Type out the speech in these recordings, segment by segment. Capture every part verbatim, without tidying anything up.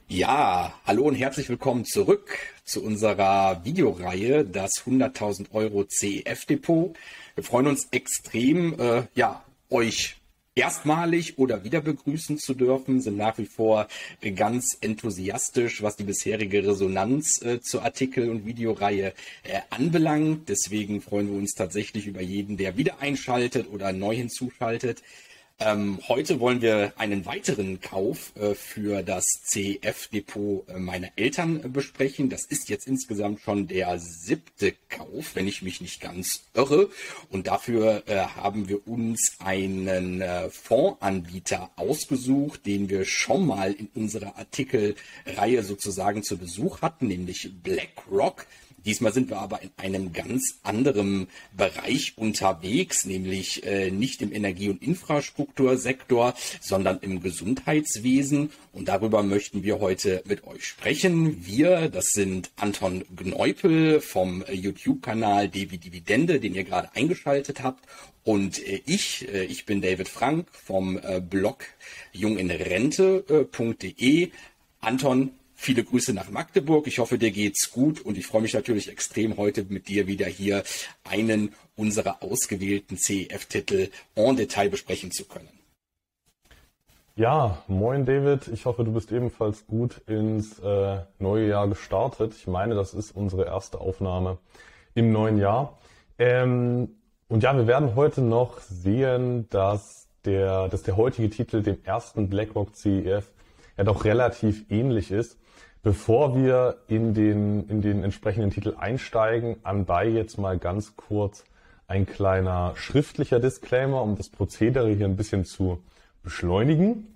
Ja, hallo und herzlich willkommen zurück zu unserer Videoreihe, das hunderttausend Euro C E F-Depot. Wir freuen uns extrem, äh, ja, euch erstmalig oder wieder begrüßen zu dürfen, sind nach wie vor äh, ganz enthusiastisch, was die bisherige Resonanz äh, zur Artikel- und Videoreihe äh, anbelangt. Deswegen freuen wir uns tatsächlich über jeden, der wieder einschaltet oder neu hinzuschaltet. Ähm, heute wollen wir einen weiteren Kauf äh, für das C E F-Depot äh, meiner Eltern äh, besprechen. Das ist jetzt insgesamt schon der siebte Kauf, wenn ich mich nicht ganz irre. Und dafür äh, haben wir uns einen äh, Fondsanbieter ausgesucht, den wir schon mal in unserer Artikelreihe sozusagen zu Besuch hatten, nämlich BlackRock. Diesmal sind wir aber in einem ganz anderen Bereich unterwegs, nämlich äh, nicht im Energie- und Infrastruktursektor, sondern im Gesundheitswesen. Und darüber möchten wir heute mit euch sprechen. Wir, das sind Anton Gneupel vom äh, YouTube-Kanal D wie Dividende, den ihr gerade eingeschaltet habt. Und äh, ich, äh, ich bin David Frank vom äh, Blog junginrente punkt de. Anton, viele Grüße nach Magdeburg. Ich hoffe, dir geht's gut und ich freue mich natürlich extrem, heute mit dir wieder hier einen unserer ausgewählten C E F-Titel en Detail besprechen zu können. Ja, moin David. Ich hoffe, du bist ebenfalls gut ins äh, neue Jahr gestartet. Ich meine, das ist unsere erste Aufnahme im neuen Jahr. Ähm, und ja, wir werden heute noch sehen, dass der, dass der heutige Titel dem ersten BlackRock C E F ja doch relativ ähnlich ist. Bevor wir in den, in den entsprechenden Titel einsteigen, anbei jetzt mal ganz kurz ein kleiner schriftlicher Disclaimer, um das Prozedere hier ein bisschen zu beschleunigen.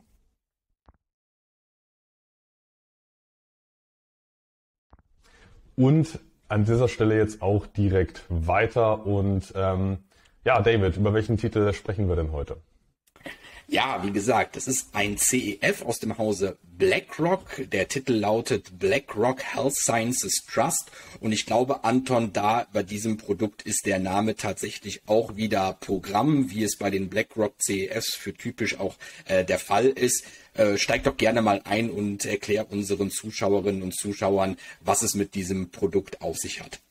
Und an dieser Stelle jetzt auch direkt weiter. Und ähm, ja, David, über welchen Titel sprechen wir denn heute? Ja, wie gesagt, das ist ein C E F aus dem Hause BlackRock. Der Titel lautet BlackRock Health Sciences Trust. Und ich glaube, Anton, da bei diesem Produkt ist der Name tatsächlich auch wieder Programm, wie es bei den BlackRock C E Fs für typisch auch äh, der Fall ist. Äh, steig doch gerne mal ein und erklär unseren Zuschauerinnen und Zuschauern, was es mit diesem Produkt auf sich hat.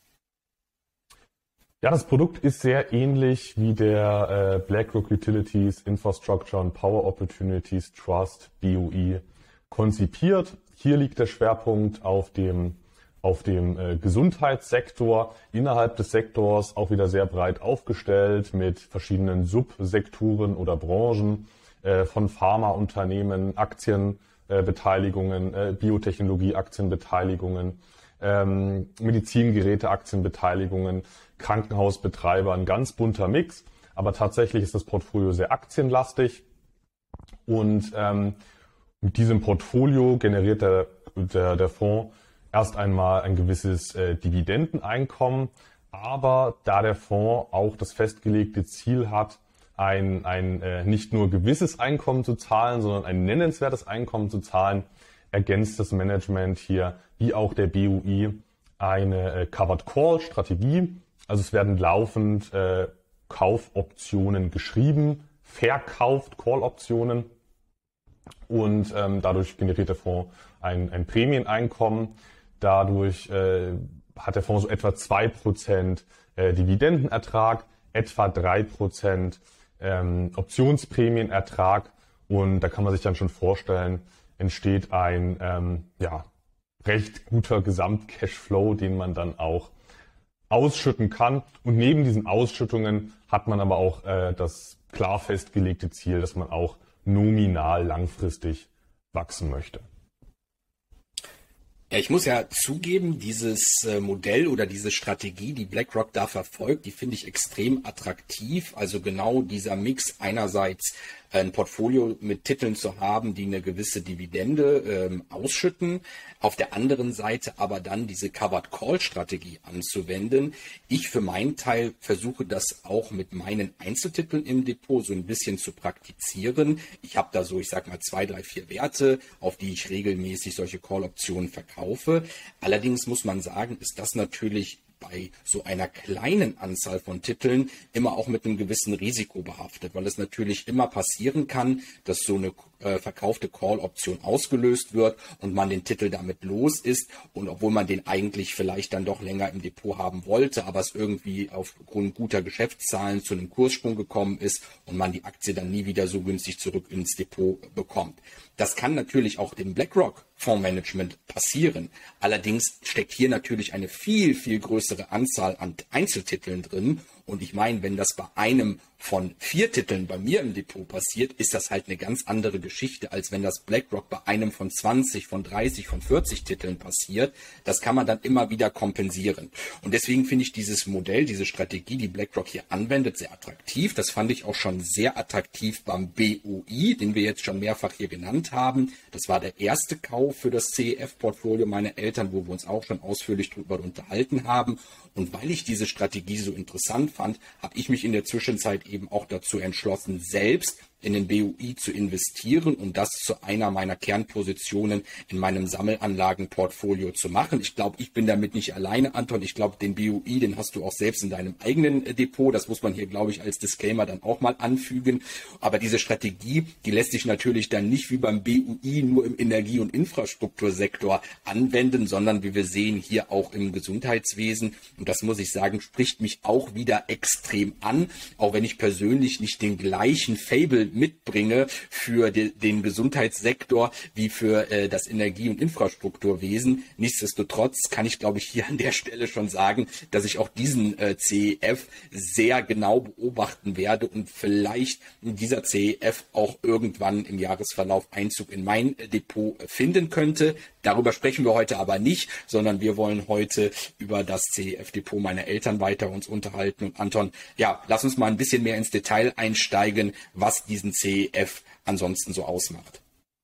Ja, das Produkt ist sehr ähnlich wie der äh, BlackRock Utilities Infrastructure and Power Opportunities Trust B U I konzipiert. Hier liegt der Schwerpunkt auf dem auf dem äh, Gesundheitssektor. Innerhalb des Sektors auch wieder sehr breit aufgestellt mit verschiedenen Subsektoren oder Branchen äh, von Pharmaunternehmen, Aktienbeteiligungen, äh, äh, Biotechnologie, Aktienbeteiligungen, ähm, Medizingeräte, Aktienbeteiligungen, Krankenhausbetreiber, ein ganz bunter Mix, aber tatsächlich ist das Portfolio sehr aktienlastig und ähm, mit diesem Portfolio generiert der, der, der Fonds erst einmal ein gewisses äh, Dividendeneinkommen, aber da der Fonds auch das festgelegte Ziel hat, ein, ein äh, nicht nur gewisses Einkommen zu zahlen, sondern ein nennenswertes Einkommen zu zahlen, ergänzt das Management hier wie auch der B U I eine äh, Covered Call Strategie. Also es werden laufend äh, Kaufoptionen geschrieben, verkauft Call-Optionen und ähm, dadurch generiert der Fonds ein, ein Prämieneinkommen. Dadurch äh, hat der Fonds so etwa zwei Prozent äh, Dividendenertrag, etwa drei Prozent ähm, Optionsprämienertrag und da kann man sich dann schon vorstellen, entsteht ein ähm, ja, recht guter Gesamtcashflow, den man dann auch ausschütten kann. Und neben diesen Ausschüttungen hat man aber auch äh, das klar festgelegte Ziel, dass man auch nominal langfristig wachsen möchte. Ja, ich muss ja zugeben, dieses äh, Modell oder diese Strategie, die BlackRock da verfolgt, die finde ich extrem attraktiv. Also genau dieser Mix, einerseits ein Portfolio mit Titeln zu haben, die eine gewisse Dividende ähm, ausschütten, auf der anderen Seite aber dann diese Covered Call Strategie anzuwenden. Ich für meinen Teil versuche das auch mit meinen Einzeltiteln im Depot so ein bisschen zu praktizieren. Ich habe da so, ich sag mal, zwei, drei, vier Werte, auf die ich regelmäßig solche Call-Optionen verkaufe. Allerdings muss man sagen, ist das natürlich bei so einer kleinen Anzahl von Titeln immer auch mit einem gewissen Risiko behaftet, weil es natürlich immer passieren kann, dass so eine äh, verkaufte Call-Option ausgelöst wird und man den Titel damit los ist, und obwohl man den eigentlich vielleicht dann doch länger im Depot haben wollte, aber es irgendwie aufgrund guter Geschäftszahlen zu einem Kurssprung gekommen ist und man die Aktie dann nie wieder so günstig zurück ins Depot bekommt. Das kann natürlich auch dem BlackRock Fondsmanagement passieren. Allerdings steckt hier natürlich eine viel, viel größere Anzahl an Einzeltiteln drin. Und ich meine, wenn das bei einem von vier Titeln bei mir im Depot passiert, ist das halt eine ganz andere Geschichte, als wenn das BlackRock bei einem von zwanzig, von dreißig, von vierzig Titeln passiert. Das kann man dann immer wieder kompensieren. Und deswegen finde ich dieses Modell, diese Strategie, die BlackRock hier anwendet, sehr attraktiv. Das fand ich auch schon sehr attraktiv beim B O I, den wir jetzt schon mehrfach hier genannt haben. Das war der erste Kauf für das C E F-Portfolio meiner Eltern, wo wir uns auch schon ausführlich darüber unterhalten haben. Und weil ich diese Strategie so interessant fand, habe ich mich in der Zwischenzeit eben auch dazu entschlossen, selbst in den B O I zu investieren und das zu einer meiner Kernpositionen in meinem Sammelanlagenportfolio zu machen. Ich glaube, ich bin damit nicht alleine, Anton. Ich glaube, den B O I, den hast du auch selbst in deinem eigenen Depot. Das muss man hier, glaube ich, als Disclaimer dann auch mal anfügen. Aber diese Strategie, die lässt sich natürlich dann nicht wie beim B O I nur im Energie- und Infrastruktursektor anwenden, sondern wie wir sehen, hier auch im Gesundheitswesen. Und das muss ich sagen, spricht mich auch wieder extrem an, auch wenn ich persönlich nicht den gleichen Faible mitbringe für de, den Gesundheitssektor wie für äh, das Energie- und Infrastrukturwesen. Nichtsdestotrotz kann ich, glaube ich, hier an der Stelle schon sagen, dass ich auch diesen äh, C E F sehr genau beobachten werde und vielleicht dieser C E F auch irgendwann im Jahresverlauf Einzug in mein äh, Depot finden könnte. Darüber sprechen wir heute aber nicht, sondern wir wollen heute über das C E F-Depot meiner Eltern weiter uns unterhalten. Und Anton, ja, lass uns mal ein bisschen mehr ins Detail einsteigen, was diesen C E F ansonsten so ausmacht.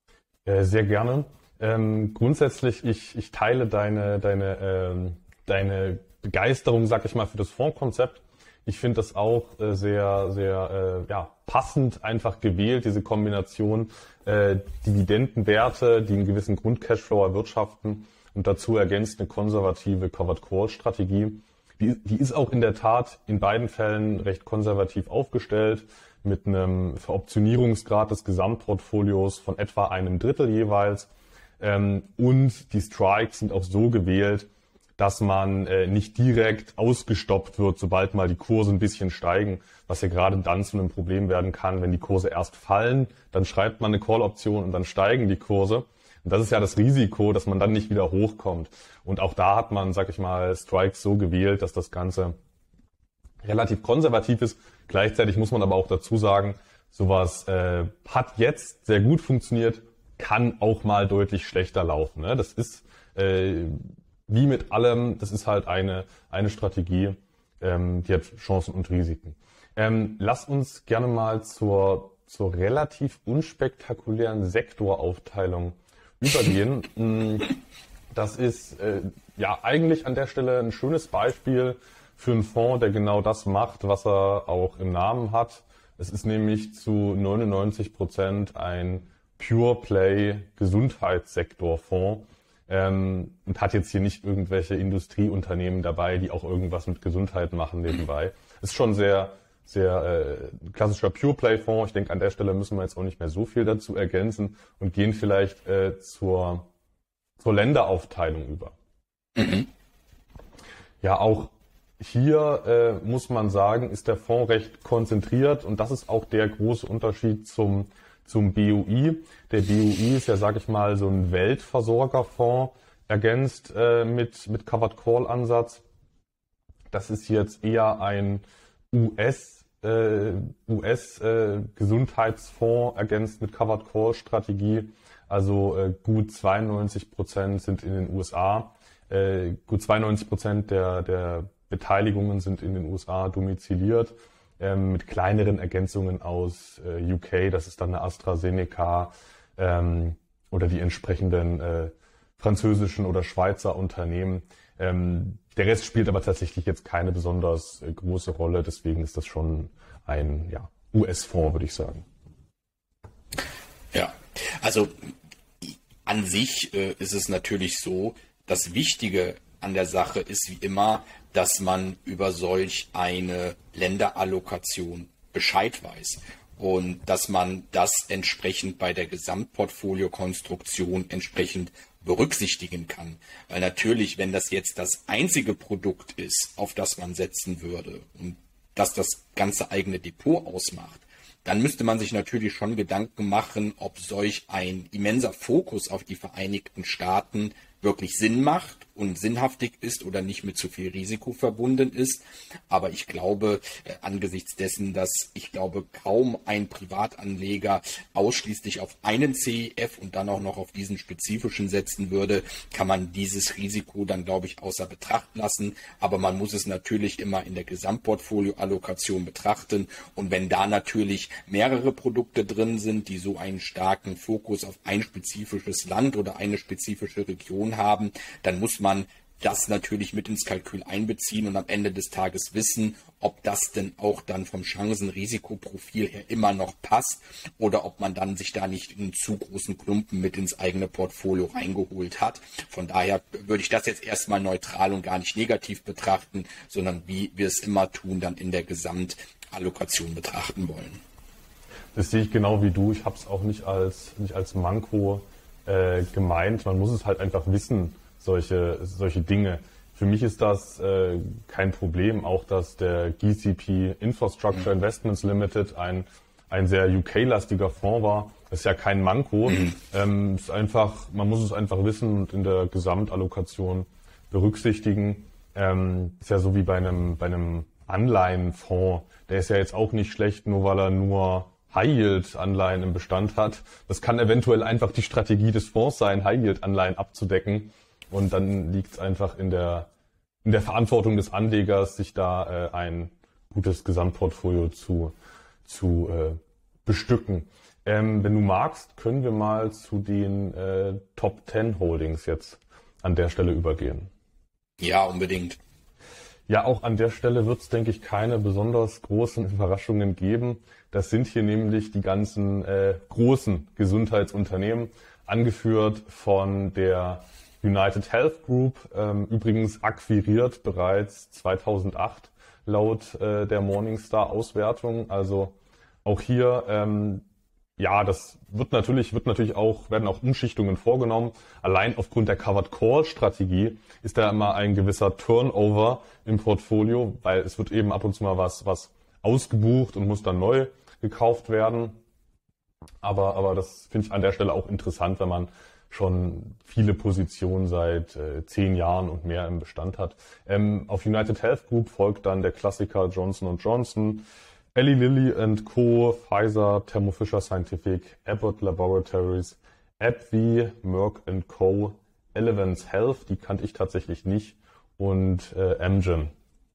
Sehr gerne. Ähm, grundsätzlich, ich, ich teile deine, deine, ähm, deine Begeisterung, sag ich mal, für das Fondskonzept. Ich finde das auch äh, sehr, sehr äh, ja, passend einfach gewählt, diese Kombination äh, Dividendenwerte, die einen gewissen Grundcashflow erwirtschaften und dazu ergänzt eine konservative Covered Call Strategie. Die, die ist auch in der Tat in beiden Fällen recht konservativ aufgestellt, mit einem Veroptionierungsgrad des Gesamtportfolios von etwa einem Drittel jeweils. Ähm, und die Strikes sind auch so gewählt, dass man äh, nicht direkt ausgestoppt wird, sobald mal die Kurse ein bisschen steigen, was ja gerade dann zu einem Problem werden kann, wenn die Kurse erst fallen, dann schreibt man eine Call-Option und dann steigen die Kurse. Und das ist ja das Risiko, dass man dann nicht wieder hochkommt. Und auch da hat man, sag ich mal, Strikes so gewählt, dass das Ganze relativ konservativ ist. Gleichzeitig muss man aber auch dazu sagen, sowas äh, hat jetzt sehr gut funktioniert, kann auch mal deutlich schlechter laufen. Ne? Das ist äh, wie mit allem, das ist halt eine eine Strategie, ähm, die hat Chancen und Risiken. Ähm, lass uns gerne mal zur zur relativ unspektakulären Sektoraufteilung übergehen. Das ist äh, ja eigentlich an der Stelle ein schönes Beispiel für einen Fonds, der genau das macht, was er auch im Namen hat. Es ist nämlich zu neunundneunzig Prozent ein Pure Play Gesundheitssektorfonds. Ähm, und hat jetzt hier nicht irgendwelche Industrieunternehmen dabei, die auch irgendwas mit Gesundheit machen nebenbei. Ist schon sehr, sehr äh, klassischer Pure-Play-Fonds. Ich denke, an der Stelle müssen wir jetzt auch nicht mehr so viel dazu ergänzen und gehen vielleicht äh, zur, zur Länderaufteilung über. Mhm. Ja, auch hier äh, muss man sagen, ist der Fonds recht konzentriert und das ist auch der große Unterschied zum zum B O I. Der B O I ist ja, sag ich mal, so ein Weltversorgerfonds, ergänzt äh, mit mit Covered Call Ansatz. Das ist jetzt eher ein U S äh, U S äh, Gesundheitsfonds, ergänzt mit Covered Call Strategie. Also äh, gut zweiundneunzig Prozent sind in den U S A. Äh, gut zweiundneunzig Prozent der der Beteiligungen sind in den U S A domiziliert. Ähm, mit kleineren Ergänzungen aus äh, U K, das ist dann eine AstraZeneca ähm, oder die entsprechenden äh, französischen oder Schweizer Unternehmen. Ähm, der Rest spielt aber tatsächlich jetzt keine besonders äh, große Rolle, deswegen ist das schon ein ja, U S-Fonds, würde ich sagen. Ja, also an sich äh, ist es natürlich so, das Wichtige an der Sache ist wie immer, dass man über solch eine Länderallokation Bescheid weiß und dass man das entsprechend bei der Gesamtportfoliokonstruktion entsprechend berücksichtigen kann. Weil natürlich, wenn das jetzt das einzige Produkt ist, auf das man setzen würde und das das ganze eigene Depot ausmacht, dann müsste man sich natürlich schon Gedanken machen, ob solch ein immenser Fokus auf die Vereinigten Staaten wirklich Sinn macht und sinnhaftig ist oder nicht mit zu viel Risiko verbunden ist. Aber ich glaube, äh, angesichts dessen, dass ich glaube, kaum ein Privatanleger ausschließlich auf einen C E F und dann auch noch auf diesen spezifischen setzen würde, kann man dieses Risiko dann, glaube ich, außer Betracht lassen. Aber man muss es natürlich immer in der Gesamtportfolioallokation betrachten. Und wenn da natürlich mehrere Produkte drin sind, die so einen starken Fokus auf ein spezifisches Land oder eine spezifische Region haben, dann muss man das natürlich mit ins Kalkül einbeziehen und am Ende des Tages wissen, ob das denn auch dann vom Chancen-Risikoprofil her immer noch passt oder ob man dann sich da nicht einen zu großen Klumpen mit ins eigene Portfolio reingeholt hat. Von daher würde ich das jetzt erstmal neutral und gar nicht negativ betrachten, sondern wie wir es immer tun, dann in der Gesamtallokation betrachten wollen. Das sehe ich genau wie du. Ich habe es auch nicht als, nicht als Manko äh, gemeint. Man muss es halt einfach wissen, solche, solche Dinge. Für mich ist das äh, kein Problem. Auch, dass der G C P Infrastructure mhm. Investments Limited ein, ein sehr U K-lastiger Fonds war, das ist ja kein Manko. Mhm. Ähm, ist einfach, man muss es einfach wissen und in der Gesamtallokation berücksichtigen. Ähm, ist ja so wie bei einem, bei einem Anleihenfonds. Der ist ja jetzt auch nicht schlecht, nur weil er nur High-Yield-Anleihen im Bestand hat. Das kann eventuell einfach die Strategie des Fonds sein, High-Yield-Anleihen abzudecken. Und dann liegt es einfach in der, in der Verantwortung des Anlegers, sich da äh, ein gutes Gesamtportfolio zu, zu äh, bestücken. Ähm, wenn du magst, können wir mal zu den äh, Top zehn Holdings jetzt an der Stelle übergehen. Ja, unbedingt. Ja, auch an der Stelle wird es, denke ich, keine besonders großen Überraschungen geben. Das sind hier nämlich die ganzen äh, großen Gesundheitsunternehmen, angeführt von der United Health Group, ähm, übrigens akquiriert bereits zweitausendacht laut äh, der Morningstar-Auswertung. Also auch hier, ähm, ja, das wird natürlich, wird natürlich auch, werden auch Umschichtungen vorgenommen. Allein aufgrund der Covered Call Strategie ist da immer ein gewisser Turnover im Portfolio, weil es wird eben ab und zu mal was, was ausgebucht und muss dann neu gekauft werden. Aber, aber das finde ich an der Stelle auch interessant, wenn man schon viele Positionen seit äh, zehn Jahren und mehr im Bestand hat. Ähm, auf United Health Group folgt dann der Klassiker Johnson und Johnson, Eli Lilly and Co., Pfizer, Thermo Fisher Scientific, Abbott Laboratories, AbbVie, Merck and Co., Elevance Health, die kannte ich tatsächlich nicht, und äh, Amgen.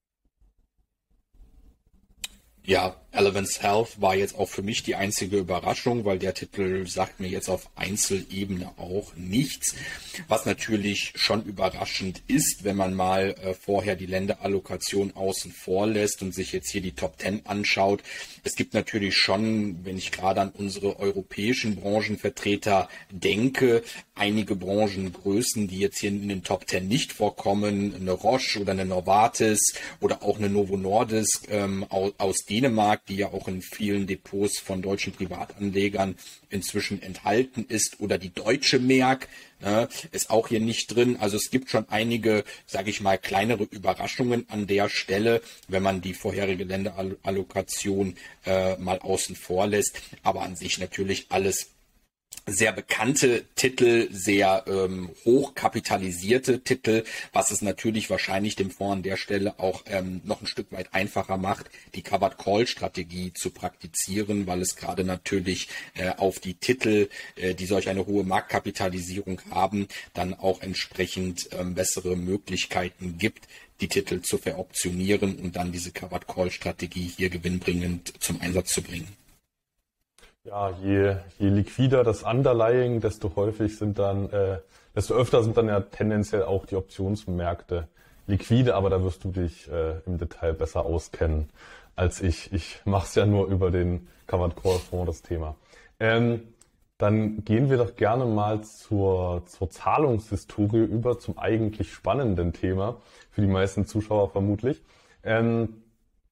Ja, Elevance Health war jetzt auch für mich die einzige Überraschung, weil der Titel sagt mir jetzt auf Einzelebene auch nichts. Was natürlich schon überraschend ist, wenn man mal äh, vorher die Länderallokation außen vor lässt und sich jetzt hier die Top zehn anschaut. Es gibt natürlich schon, wenn ich gerade an unsere europäischen Branchenvertreter denke, einige Branchengrößen, die jetzt hier in den Top zehn nicht vorkommen, eine Roche oder eine Novartis oder auch eine Novo Nordisk ähm, aus, aus Dänemark, die ja auch in vielen Depots von deutschen Privatanlegern inzwischen enthalten ist, oder die Deutsche Merck, ne, ist auch hier nicht drin. Also es gibt schon einige, sage ich mal, kleinere Überraschungen an der Stelle, wenn man die vorherige Länderallokation äh, mal außen vor lässt. Aber an sich natürlich alles sehr bekannte Titel, sehr ähm, hoch kapitalisierte Titel, was es natürlich wahrscheinlich dem Fonds an der Stelle auch ähm, noch ein Stück weit einfacher macht, die Covered Call Strategie zu praktizieren, weil es gerade natürlich äh, auf die Titel, äh, die solch eine hohe Marktkapitalisierung haben, dann auch entsprechend ähm, bessere Möglichkeiten gibt, die Titel zu veroptionieren und dann diese Covered Call Strategie hier gewinnbringend zum Einsatz zu bringen. Ja, je, je liquider das Underlying, desto häufig sind dann, äh, desto öfter sind dann ja tendenziell auch die Optionsmärkte liquide, aber da wirst du dich äh, im Detail besser auskennen als ich. Ich mache es ja nur über den Covered Call Fonds, das Thema. Ähm, dann gehen wir doch gerne mal zur, zur Zahlungshistorie über, zum eigentlich spannenden Thema, für die meisten Zuschauer vermutlich. Ähm,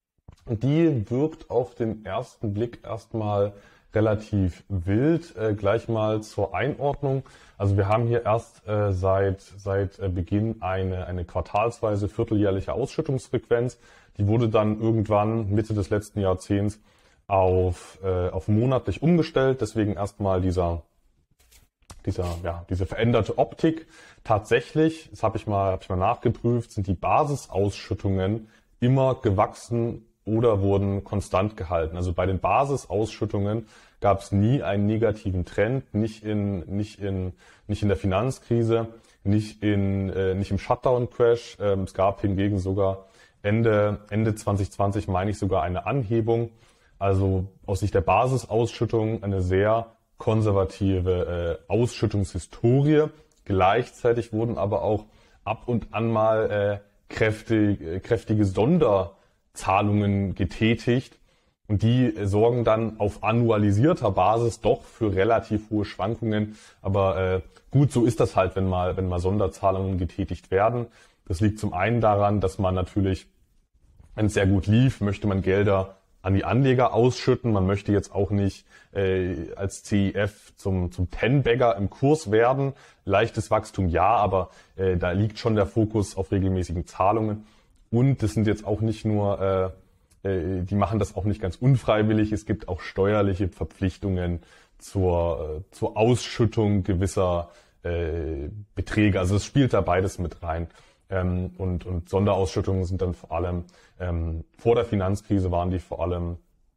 die wirkt auf den ersten Blick erstmal relativ wild. Äh, gleich mal zur Einordnung. Also wir haben hier erst äh, seit, seit äh, Beginn eine, eine quartalsweise vierteljährliche Ausschüttungsfrequenz. Die wurde dann irgendwann Mitte des letzten Jahrzehnts auf, äh, auf monatlich umgestellt. Deswegen erstmal dieser, dieser, ja, diese veränderte Optik. Tatsächlich, das habe ich mal, habe ich mal nachgeprüft, sind die Basisausschüttungen immer gewachsen oder wurden konstant gehalten. Also bei den Basisausschüttungen gab es nie einen negativen Trend, nicht in, nicht in, nicht in der Finanzkrise, nicht in, äh, nicht im Shutdown-Crash. Ähm, es gab hingegen sogar Ende, Ende zwanzig zwanzig, meine ich, sogar eine Anhebung. Also aus Sicht der Basisausschüttung eine sehr konservative äh, Ausschüttungshistorie. Gleichzeitig wurden aber auch ab und an mal äh, kräftig, äh, kräftige Sonderzahlungen getätigt. Und die sorgen dann auf annualisierter Basis doch für relativ hohe Schwankungen. Aber äh, gut, so ist das halt, wenn mal, wenn mal Sonderzahlungen getätigt werden. Das liegt zum einen daran, dass man natürlich, wenn es sehr gut lief, möchte man Gelder an die Anleger ausschütten. Man möchte jetzt auch nicht äh, als C I F zum, zum Ten-Bagger im Kurs werden. Leichtes Wachstum ja, aber äh, da liegt schon der Fokus auf regelmäßigen Zahlungen. Und das sind jetzt auch nicht nur... Äh, Die machen das auch nicht ganz unfreiwillig. Es gibt auch steuerliche Verpflichtungen zur, zur Ausschüttung gewisser äh, Beträge. Also es spielt da beides mit rein. Ähm, und, und Sonderausschüttungen sind dann vor allem, ähm, vor der Finanzkrise waren die vor allem,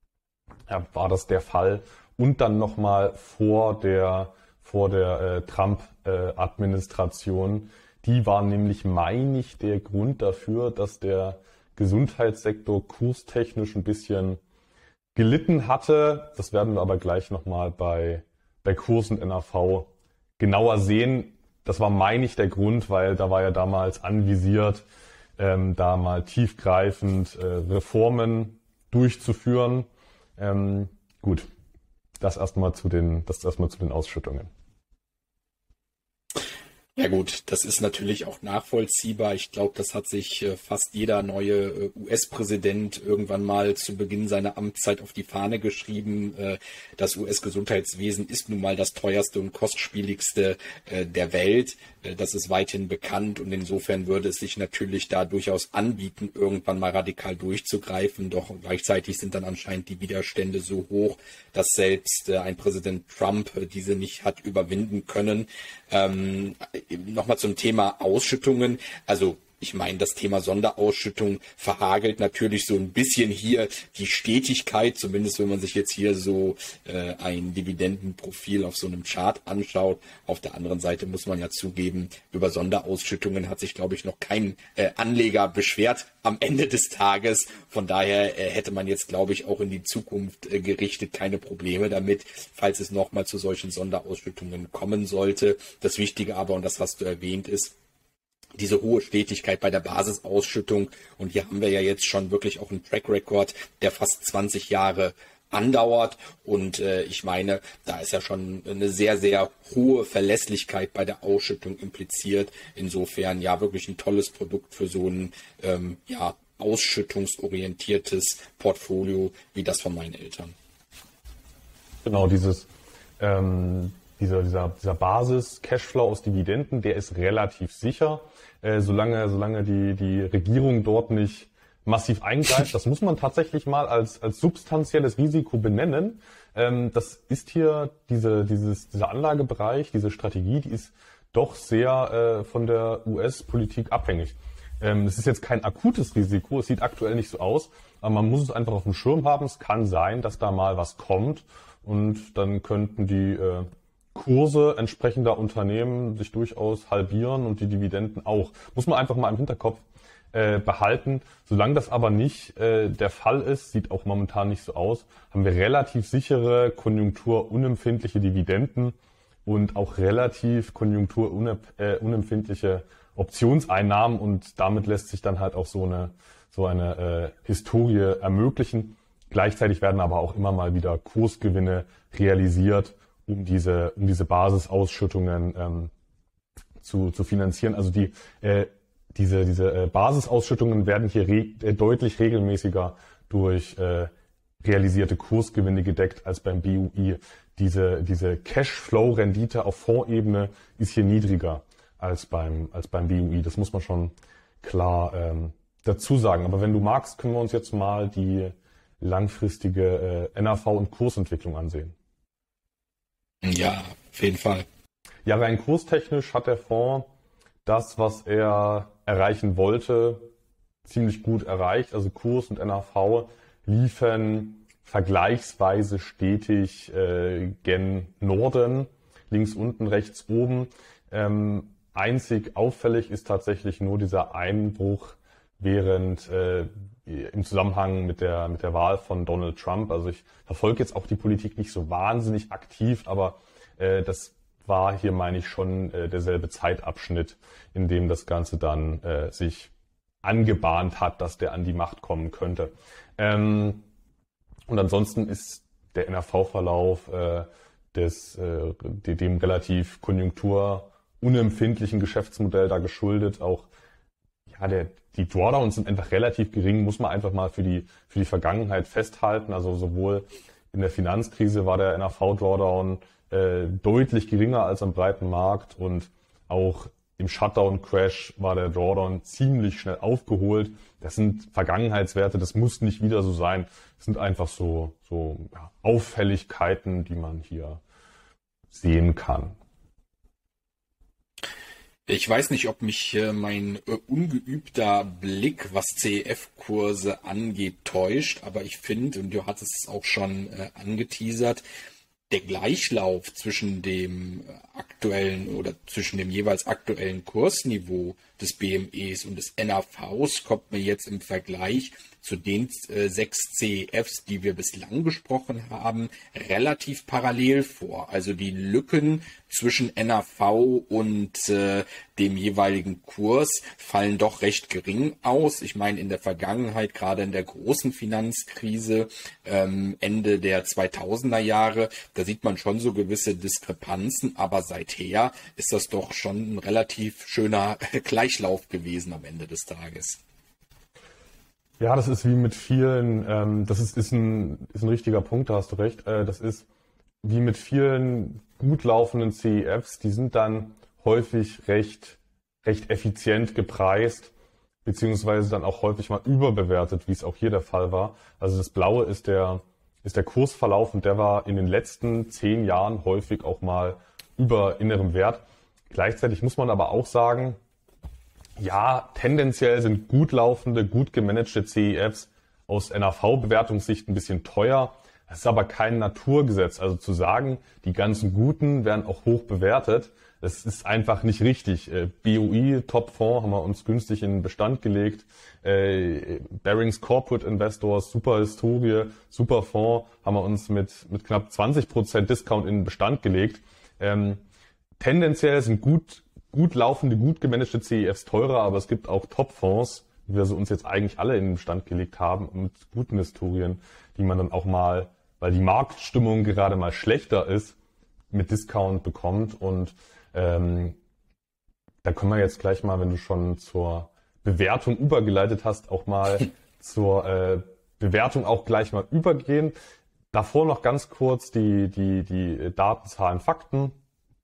ja, war das der Fall. Und dann nochmal vor der, vor der äh, Trump-Administration. Äh, die war nämlich, meine ich, der Grund dafür, dass der Gesundheitssektor kurstechnisch ein bisschen gelitten hatte. Das werden wir aber gleich nochmal bei, bei Kurs und N A V genauer sehen. Das war, meine ich, der Grund, weil da war ja damals anvisiert, ähm, da mal tiefgreifend äh, Reformen durchzuführen. Ähm, gut, das erstmal zu den, das erstmal zu den Ausschüttungen. Ja gut, das ist natürlich auch nachvollziehbar. Ich glaube, das hat sich äh, fast jeder neue äh, U S-Präsident irgendwann mal zu Beginn seiner Amtszeit auf die Fahne geschrieben. Äh, das U S-Gesundheitswesen ist nun mal das teuerste und kostspieligste äh, der Welt. Äh, das ist weithin bekannt und insofern würde es sich natürlich da durchaus anbieten, irgendwann mal radikal durchzugreifen. Doch gleichzeitig sind dann anscheinend die Widerstände so hoch, dass selbst äh, ein Präsident Trump äh, diese nicht hat überwinden können. Ähm, Nochmal zum Thema Ausschüttungen. Also ich meine, das Thema Sonderausschüttung verhagelt natürlich so ein bisschen hier die Stetigkeit, zumindest wenn man sich jetzt hier so äh, ein Dividendenprofil auf so einem Chart anschaut. Auf der anderen Seite muss man ja zugeben, über Sonderausschüttungen hat sich, glaube ich, noch kein äh, Anleger beschwert am Ende des Tages. Von daher äh, hätte man jetzt, glaube ich, auch in die Zukunft äh, gerichtet keine Probleme damit, falls es nochmal zu solchen Sonderausschüttungen kommen sollte. Das Wichtige aber, und das hast du erwähnt, ist, diese hohe Stetigkeit bei der Basisausschüttung. Und hier haben wir ja jetzt schon wirklich auch einen Track Record, der fast zwanzig Jahre andauert. Und äh, ich meine, da ist ja schon eine sehr, sehr hohe Verlässlichkeit bei der Ausschüttung impliziert. Insofern ja wirklich ein tolles Produkt für so ein ähm, ja, ausschüttungsorientiertes Portfolio wie das von meinen Eltern. Genau, dieses ähm, dieser, dieser, dieser Basis-Cashflow aus Dividenden, der ist relativ sicher. Äh, solange, solange die, die Regierung dort nicht massiv eingreift, das muss man tatsächlich mal als, als substanzielles Risiko benennen. Ähm, das ist hier diese, dieses, dieser Anlagebereich, diese Strategie, die ist doch sehr äh, von der U S-Politik abhängig. Ähm, es ist jetzt kein akutes Risiko, es sieht aktuell nicht so aus, aber man muss es einfach auf dem Schirm haben. Es kann sein, dass da mal was kommt und dann könnten die äh, Kurse entsprechender Unternehmen sich durchaus halbieren und die Dividenden auch. Muss man einfach mal im Hinterkopf äh, behalten. Solange das aber nicht äh, der Fall ist, sieht auch momentan nicht so aus, haben wir relativ sichere, konjunkturunempfindliche Dividenden und auch relativ konjunkturunempfindliche Optionseinnahmen und damit lässt sich dann halt auch so eine, so eine äh, Historie ermöglichen. Gleichzeitig werden aber auch immer mal wieder Kursgewinne realisiert um diese, um diese Basisausschüttungen ähm, zu, zu finanzieren. Also die, äh, diese, diese äh, Basisausschüttungen werden hier re äh, deutlich regelmäßiger durch äh, realisierte Kursgewinne gedeckt als beim B U I. Diese, diese Cashflow-Rendite auf Fondsebene ist hier niedriger als beim, als beim B U I. Das muss man schon klar ähm, dazu sagen. Aber wenn du magst, können wir uns jetzt mal die langfristige äh, N A V und Kursentwicklung ansehen. Ja, auf jeden Fall. Ja, rein kurstechnisch hat der Fonds das, was er erreichen wollte, ziemlich gut erreicht. Also Kurs und N A V liefen vergleichsweise stetig äh, gen Norden, links unten, rechts oben. Ähm, einzig auffällig ist tatsächlich nur dieser Einbruch während äh, im Zusammenhang mit der mit der Wahl von Donald Trump. Also ich verfolge jetzt auch die Politik nicht so wahnsinnig aktiv, aber äh, das war hier, meine ich, schon äh, derselbe Zeitabschnitt, in dem das Ganze dann äh, sich angebahnt hat, dass der an die Macht kommen könnte. Ähm, und ansonsten ist der N A V-Verlauf äh, des äh, dem relativ konjunkturunempfindlichen Geschäftsmodell da geschuldet. Auch ja, der, die Drawdowns sind einfach relativ gering, muss man einfach mal für die für die Vergangenheit festhalten. Also sowohl in der Finanzkrise war der N A V-Drawdown äh, deutlich geringer als am breiten Markt und auch im Shutdown-Crash war der Drawdown ziemlich schnell aufgeholt. Das sind Vergangenheitswerte, das muss nicht wieder so sein. Das sind einfach so, so ja, Auffälligkeiten, die man hier sehen kann. Ich weiß nicht, ob mich äh, mein äh, ungeübter Blick, was C E F-Kurse angeht, täuscht, aber ich finde, und du hattest es auch schon äh, angeteasert, der Gleichlauf zwischen dem aktuellen oder zwischen dem jeweils aktuellen Kursniveau des B M Es und des N A Vs kommt mir jetzt im Vergleich zu den äh, sechs C E Fs, die wir bislang besprochen haben, relativ parallel vor. Also die Lücken zwischen N A V und äh, dem jeweiligen Kurs fallen doch recht gering aus. Ich meine, in der Vergangenheit, gerade in der großen Finanzkrise ähm, Ende der zweitausender Jahre, da sieht man schon so gewisse Diskrepanzen, aber seither ist das doch schon ein relativ schöner Gleichlauf gewesen am Ende des Tages. Ja, das ist wie mit vielen, ähm, das ist, ist, ein, ist ein richtiger Punkt, da hast du recht. Äh, das ist wie mit vielen gut laufenden C E Fs, die sind dann häufig recht, recht effizient gepreist, beziehungsweise dann auch häufig mal überbewertet, wie es auch hier der Fall war. Also das Blaue ist der, ist der Kursverlauf und der war in den letzten zehn Jahren häufig auch mal über innerem Wert. Gleichzeitig muss man aber auch sagen, ja, tendenziell sind gut laufende, gut gemanagte C E Fs aus N A V-Bewertungssicht ein bisschen teuer. Das ist aber kein Naturgesetz. Also zu sagen, die ganzen Guten werden auch hoch bewertet, das ist einfach nicht richtig. B U I, Top-Fonds, haben wir uns günstig in den Bestand gelegt. Barings Corporate Investors, super Historie, super Fonds, haben wir uns mit, mit knapp zwanzig Prozent Discount in den Bestand gelegt. Ähm, tendenziell sind gut gut laufende, gut gemanagte C E Fs teurer, aber es gibt auch Top-Fonds, wie wir sie uns jetzt eigentlich alle in den Bestand gelegt haben, mit guten Historien, die man dann auch mal, weil die Marktstimmung gerade mal schlechter ist, mit Discount bekommt. Und ähm, da können wir jetzt gleich mal, wenn du schon zur Bewertung übergeleitet hast, auch mal zur äh, Bewertung auch gleich mal übergehen. Davor noch ganz kurz die, die, die Daten, Zahlen, Fakten.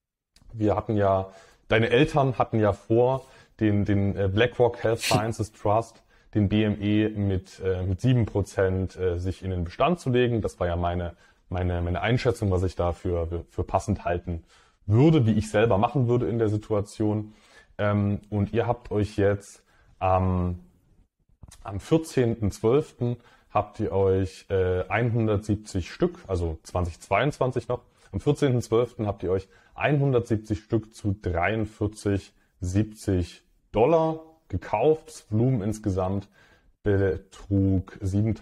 Wir hatten ja Deine Eltern hatten ja vor, den, den BlackRock Health Sciences Trust, den B M E mit, äh, mit sieben Prozent äh, sich in den Bestand zu legen. Das war ja meine, meine, meine Einschätzung, was ich da für, für passend halten würde, wie ich selber machen würde in der Situation. Ähm, und ihr habt euch jetzt ähm, am vierzehnten zwölften habt ihr euch äh, hundertsiebzig Stück, also zweitausendzweiundzwanzig noch, am vierzehnten zwölften habt ihr euch hundertsiebzig Stück zu dreiundvierzig siebzig Dollar gekauft. Das Volumen insgesamt betrug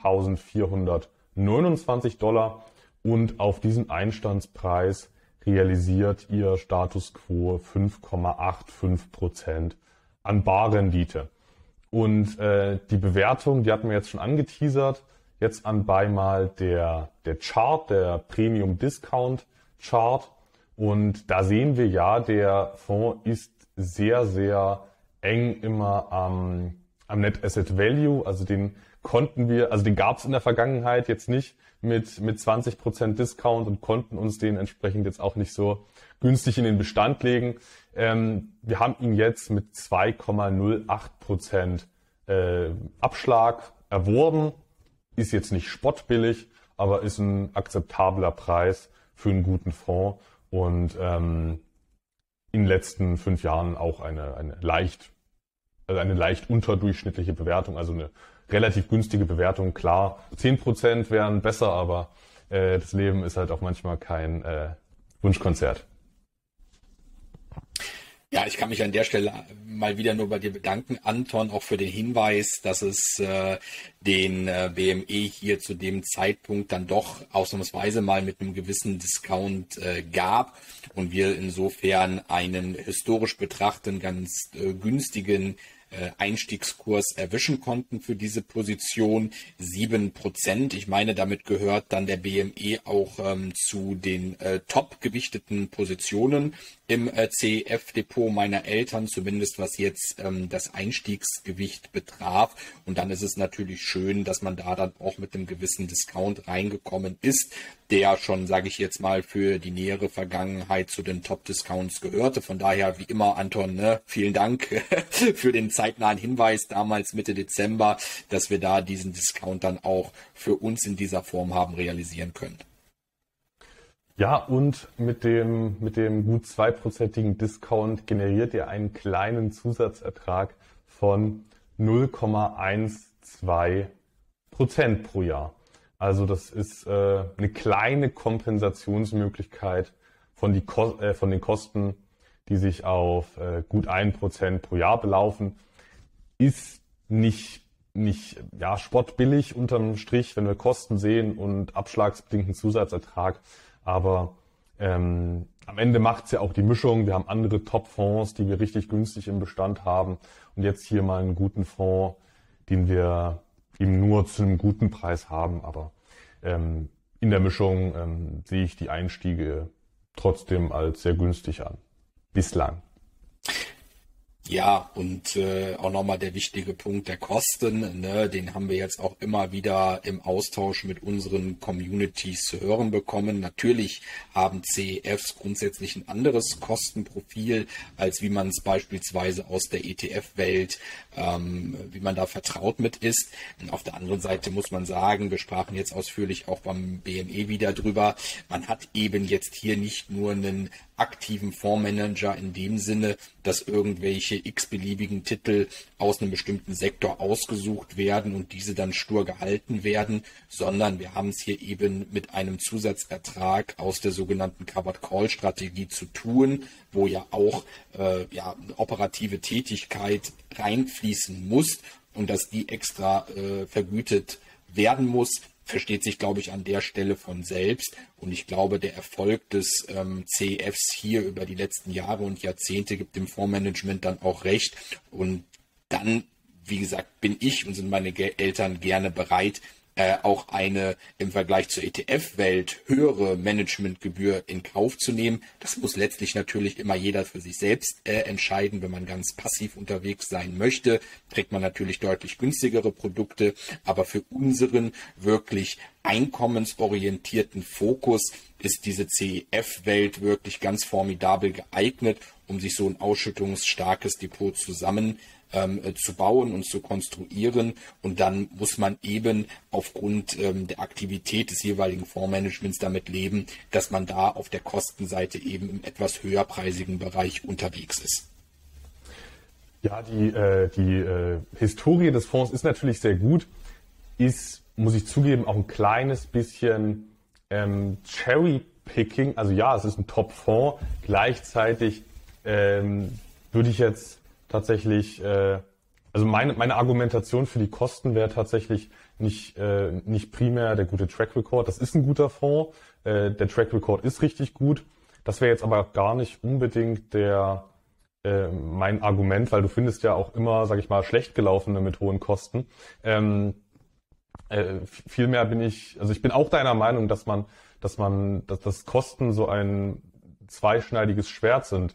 siebentausendvierhundertneunundzwanzig Dollar und auf diesen Einstandspreis realisiert ihr Status Quo fünf Komma fünfundachtzig Prozent an Barrendite. Und äh, die Bewertung, die hatten wir jetzt schon angeteasert, jetzt anbei mal der, der Chart, der Premium Discount Chart. Und da sehen wir ja, der Fonds ist sehr, sehr eng immer am, am Net Asset Value. Also den konnten wir, also den gab es in der Vergangenheit jetzt nicht mit, mit zwanzig Prozent Discount und konnten uns den entsprechend jetzt auch nicht so günstig in den Bestand legen. Ähm, wir haben ihn jetzt mit zwei Komma null acht Prozent äh, Abschlag erworben. Ist jetzt nicht spottbillig, aber ist ein akzeptabler Preis für einen guten Fonds und ähm, in den letzten fünf Jahren auch eine, eine leicht, also eine leicht unterdurchschnittliche Bewertung, also eine relativ günstige Bewertung. Klar, zehn Prozent wären besser, aber äh, das Leben ist halt auch manchmal kein äh, Wunschkonzert. Ja, ich kann mich an der Stelle mal wieder nur bei dir bedanken, Anton, auch für den Hinweis, dass es äh, den äh, B M E hier zu dem Zeitpunkt dann doch ausnahmsweise mal mit einem gewissen Discount äh, gab und wir insofern einen historisch betrachteten ganz äh, günstigen Einstiegskurs erwischen konnten für diese Position, sieben Prozent. Ich meine, damit gehört dann der B M E auch ähm, zu den äh, top gewichteten Positionen im äh, C E F-Depot meiner Eltern, zumindest was jetzt ähm, das Einstiegsgewicht betraf. Und dann ist es natürlich schön, dass man da dann auch mit einem gewissen Discount reingekommen ist, der schon, sage ich jetzt mal, für die nähere Vergangenheit zu den Top-Discounts gehörte. Von daher, wie immer, Anton, ne, vielen Dank für den zeitnahen Hinweis damals Mitte Dezember, dass wir da diesen Discount dann auch für uns in dieser Form haben realisieren können. Ja, und mit dem, mit dem gut zweiprozentigen Discount generiert ihr einen kleinen Zusatzertrag von null Komma zwölf Prozent pro Jahr. Also das ist äh, eine kleine Kompensationsmöglichkeit von, die Ko- äh, von den Kosten, die sich auf äh, gut ein Prozent pro Jahr belaufen. Ist nicht, nicht ja, spottbillig unterm Strich, wenn wir Kosten sehen und abschlagsbedingten Zusatzertrag. Aber ähm, am Ende macht's ja auch die Mischung. Wir haben andere Top-Fonds, die wir richtig günstig im Bestand haben. Und jetzt hier mal einen guten Fonds, den wir eben nur zu einem guten Preis haben. Aber ähm, in der Mischung ähm, sehe ich die Einstiege trotzdem als sehr günstig an. Bislang. Ja, und äh, auch nochmal der wichtige Punkt der Kosten, ne, den haben wir jetzt auch immer wieder im Austausch mit unseren Communities zu hören bekommen. Natürlich haben C E Fs grundsätzlich ein anderes Kostenprofil, als wie man es beispielsweise aus der E T F-Welt, ähm, wie man da vertraut mit ist. Und auf der anderen Seite muss man sagen, wir sprachen jetzt ausführlich auch beim B M E wieder drüber, man hat eben jetzt hier nicht nur einen aktiven Fondsmanager in dem Sinne, dass irgendwelche x-beliebigen Titel aus einem bestimmten Sektor ausgesucht werden und diese dann stur gehalten werden, sondern wir haben es hier eben mit einem Zusatzertrag aus der sogenannten Covered Call Strategie zu tun, wo ja auch äh, ja, eine operative Tätigkeit reinfließen muss und dass die extra äh, vergütet werden muss, versteht sich, glaube ich, an der Stelle von selbst. Und ich glaube, der Erfolg des ähm, C E Fs hier über die letzten Jahre und Jahrzehnte gibt dem Fondsmanagement dann auch recht. Und dann, wie gesagt, bin ich und sind meine Ge- Eltern gerne bereit, äh, auch eine im Vergleich zur E T F-Welt höhere Managementgebühr in Kauf zu nehmen. Das muss letztlich natürlich immer jeder für sich selbst äh, entscheiden. Wenn man ganz passiv unterwegs sein möchte, kriegt man natürlich deutlich günstigere Produkte. Aber für unseren wirklich einkommensorientierten Fokus ist diese C E F-Welt wirklich ganz formidabel geeignet, um sich so ein ausschüttungsstarkes Depot zusammen ähm, zu bauen und zu konstruieren. Und dann muss man eben aufgrund ähm, der Aktivität des jeweiligen Fondsmanagements damit leben, dass man da auf der Kostenseite eben im etwas höherpreisigen Bereich unterwegs ist. Ja, die, äh, die äh, Historie des Fonds ist natürlich sehr gut, ist, muss ich zugeben, auch ein kleines bisschen ähm, Cherry-Picking. Also ja, es ist ein Top-Fonds. Gleichzeitig ähm, würde ich jetzt tatsächlich, äh, also meine, meine Argumentation für die Kosten wäre tatsächlich nicht, äh, nicht primär der gute Track Record. Das ist ein guter Fonds. Äh, der Track Record ist richtig gut. Das wäre jetzt aber gar nicht unbedingt der äh, mein Argument, weil du findest ja auch immer, sag ich mal, schlecht gelaufene mit hohen Kosten. Ähm, äh, Vielmehr bin ich, also ich bin auch deiner Meinung, dass man, dass man, dass das Kosten so ein zweischneidiges Schwert sind.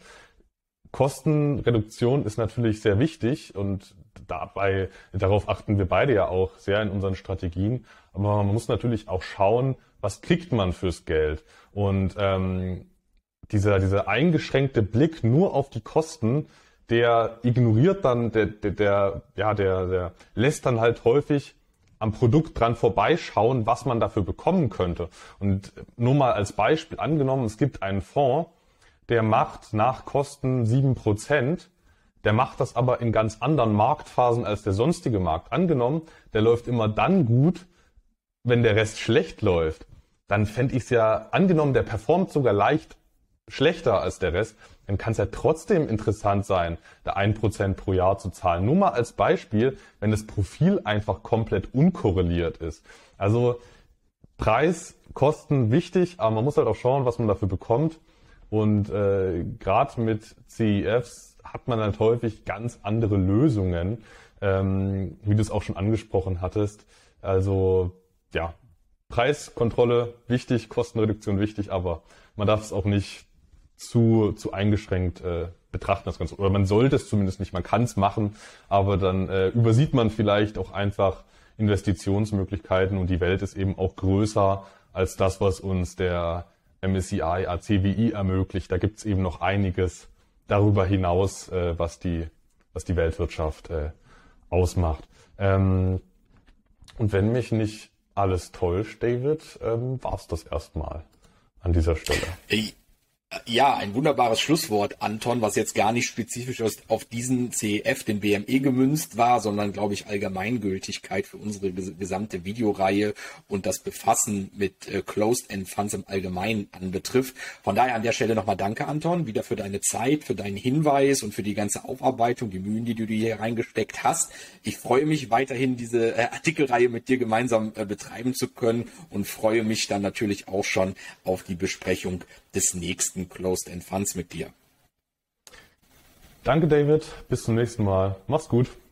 Kostenreduktion ist natürlich sehr wichtig und dabei, darauf achten wir beide ja auch sehr in unseren Strategien. Aber man muss natürlich auch schauen, was kriegt man fürs Geld. Und ähm, dieser, dieser eingeschränkte Blick nur auf die Kosten, der ignoriert dann, der, der, der, ja, der, der lässt dann halt häufig am Produkt dran vorbeischauen, was man dafür bekommen könnte. Und nur mal als Beispiel angenommen, es gibt einen Fonds, der macht nach Kosten sieben Prozent, der macht das aber in ganz anderen Marktphasen als der sonstige Markt. Angenommen, der läuft immer dann gut, wenn der Rest schlecht läuft. Dann fände ich es ja, angenommen, der performt sogar leicht schlechter als der Rest, dann kann es ja trotzdem interessant sein, da ein Prozent pro Jahr zu zahlen. Nur mal als Beispiel, wenn das Profil einfach komplett unkorreliert ist. Also Preis, Kosten wichtig, aber man muss halt auch schauen, was man dafür bekommt. Und äh, gerade mit C E Fs hat man halt häufig ganz andere Lösungen, ähm, wie du es auch schon angesprochen hattest. Also ja, Preiskontrolle wichtig, Kostenreduktion wichtig, aber man darf es auch nicht zu zu eingeschränkt äh, betrachten, das Ganze. Oder man sollte es zumindest nicht, man kann es machen, aber dann äh, übersieht man vielleicht auch einfach Investitionsmöglichkeiten und die Welt ist eben auch größer als das, was uns der M S C I A C W I ermöglicht. Da gibt es eben noch einiges darüber hinaus, äh, was die was die Weltwirtschaft äh, ausmacht. Ähm, und wenn mich nicht alles täuscht, David, ähm, war es das erstmal an dieser Stelle. Ja, ein wunderbares Schlusswort, Anton, was jetzt gar nicht spezifisch auf diesen C E F, den B M E, gemünzt war, sondern, glaube ich, Allgemeingültigkeit für unsere gesamte Videoreihe und das Befassen mit äh, Closed-End Funds im Allgemeinen anbetrifft. Von daher an der Stelle nochmal danke, Anton, wieder für deine Zeit, für deinen Hinweis und für die ganze Aufarbeitung, die Mühen, die du hier reingesteckt hast. Ich freue mich weiterhin, diese äh, Artikelreihe mit dir gemeinsam äh, betreiben zu können und freue mich dann natürlich auch schon auf die Besprechung des nächsten Closed-End Funds mit dir. Danke, David. Bis zum nächsten Mal. Mach's gut.